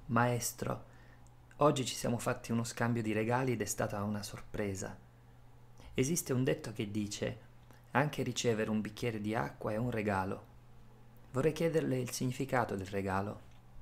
Maestro, oggi ci siamo fatti uno scambio di regali ed è stata una sorpresa. Esiste un detto che dice: anche ricevere un bicchiere di acqua è un regalo. Vorrei chiederle il significato del regalo.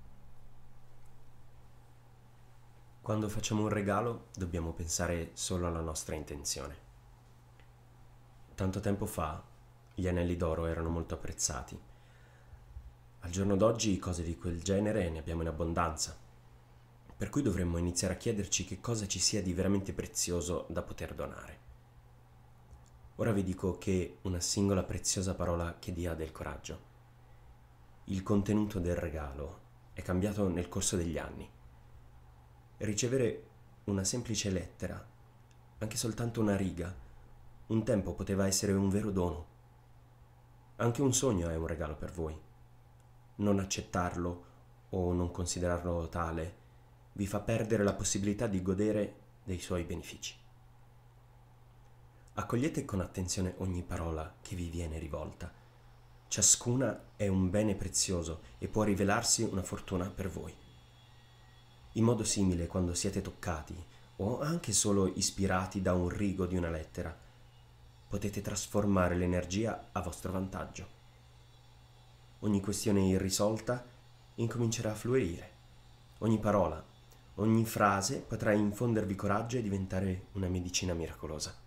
Quando facciamo un regalo dobbiamo pensare solo alla nostra intenzione. Tanto tempo fa gli anelli d'oro erano molto apprezzati. Al giorno d'oggi cose di quel genere ne abbiamo in abbondanza, per cui dovremmo iniziare a chiederci che cosa ci sia di veramente prezioso da poter donare. Ora vi dico che una singola preziosa parola che dia del coraggio. Il contenuto del regalo è cambiato nel corso degli anni. Ricevere una semplice lettera, anche soltanto una riga, un tempo poteva essere un vero dono. Anche un sogno è un regalo per voi. Non accettarlo o non considerarlo tale vi fa perdere la possibilità di godere dei suoi benefici. Accogliete con attenzione ogni parola che vi viene rivolta. Ciascuna è un bene prezioso e può rivelarsi una fortuna per voi. In modo simile, quando siete toccati o anche solo ispirati da un rigo di una lettera, potete trasformare l'energia a vostro vantaggio. Ogni questione irrisolta incomincerà a fluire. Ogni parola, ogni frase potrà infondervi coraggio e diventare una medicina miracolosa.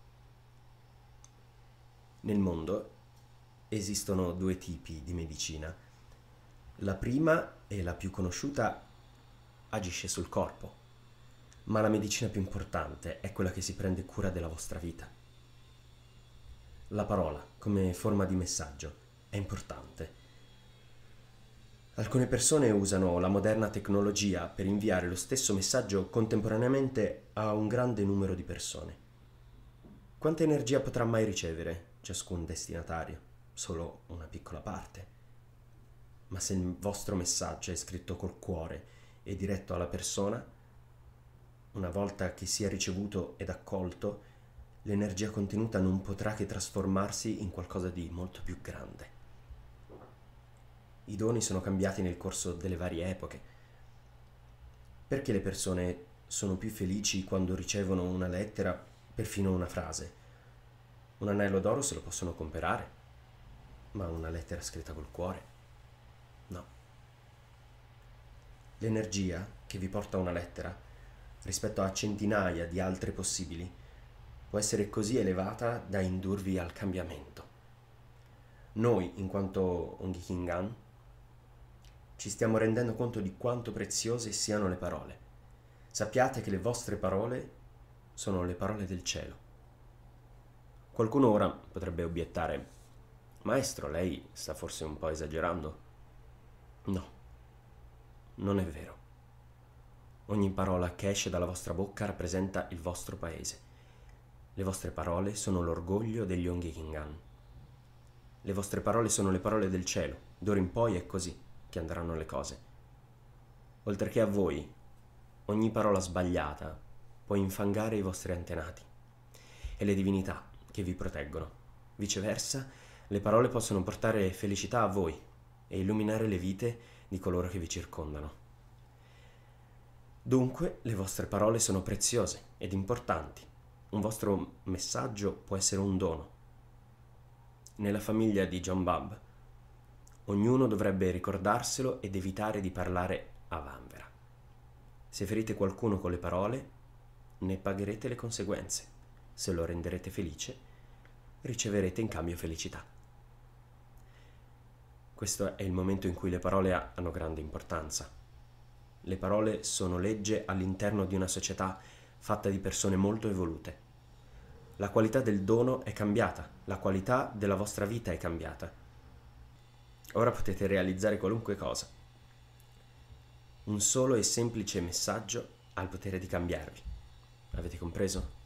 Nel mondo esistono due tipi di medicina. La prima e la più conosciuta agisce sul corpo, ma la medicina più importante è quella che si prende cura della vostra vita. La parola, come forma di messaggio, è importante. Alcune persone usano la moderna tecnologia per inviare lo stesso messaggio contemporaneamente a un grande numero di persone. Quanta energia potrà mai ricevere ciascun destinatario? Solo una piccola parte. Ma se il vostro messaggio è scritto col cuore e diretto alla persona, una volta che sia ricevuto ed accolto, l'energia contenuta non potrà che trasformarsi in qualcosa di molto più grande. I doni sono cambiati nel corso delle varie epoche. Perché le persone sono più felici quando ricevono una lettera, perfino una frase? Un anello d'oro se lo possono comprare, ma una lettera scritta col cuore? No. L'energia che vi porta una lettera, rispetto a centinaia di altre possibili, può essere così elevata da indurvi al cambiamento. Noi, in quanto Ongikingan, ci stiamo rendendo conto di quanto preziose siano le parole. Sappiate che le vostre parole sono le parole del cielo. Qualcuno ora potrebbe obiettare: Maestro, lei sta forse un po' esagerando? No, non è vero. Ogni parola che esce dalla vostra bocca rappresenta il vostro paese. Le vostre parole sono l'orgoglio degli Ongikingan. Le vostre parole sono le parole del cielo. D'ora in poi è così che andranno le cose. Oltre che a voi, ogni parola sbagliata può infangare i vostri antenati e le divinità che vi proteggono. Viceversa, le parole possono portare felicità a voi e illuminare le vite di coloro che vi circondano. Dunque, le vostre parole sono preziose ed importanti. Un vostro messaggio può essere un dono. Nella famiglia di John Bab, ognuno dovrebbe ricordarselo ed evitare di parlare a vanvera. Se ferite qualcuno con le parole, ne pagherete le conseguenze. Se lo renderete felice, riceverete in cambio felicità. Questo è il momento in cui le parole hanno grande importanza. Le parole sono legge all'interno di una società fatta di persone molto evolute. La qualità del dono è cambiata, la qualità della vostra vita è cambiata. Ora potete realizzare qualunque cosa. Un solo e semplice messaggio ha il potere di cambiarvi. Avete compreso?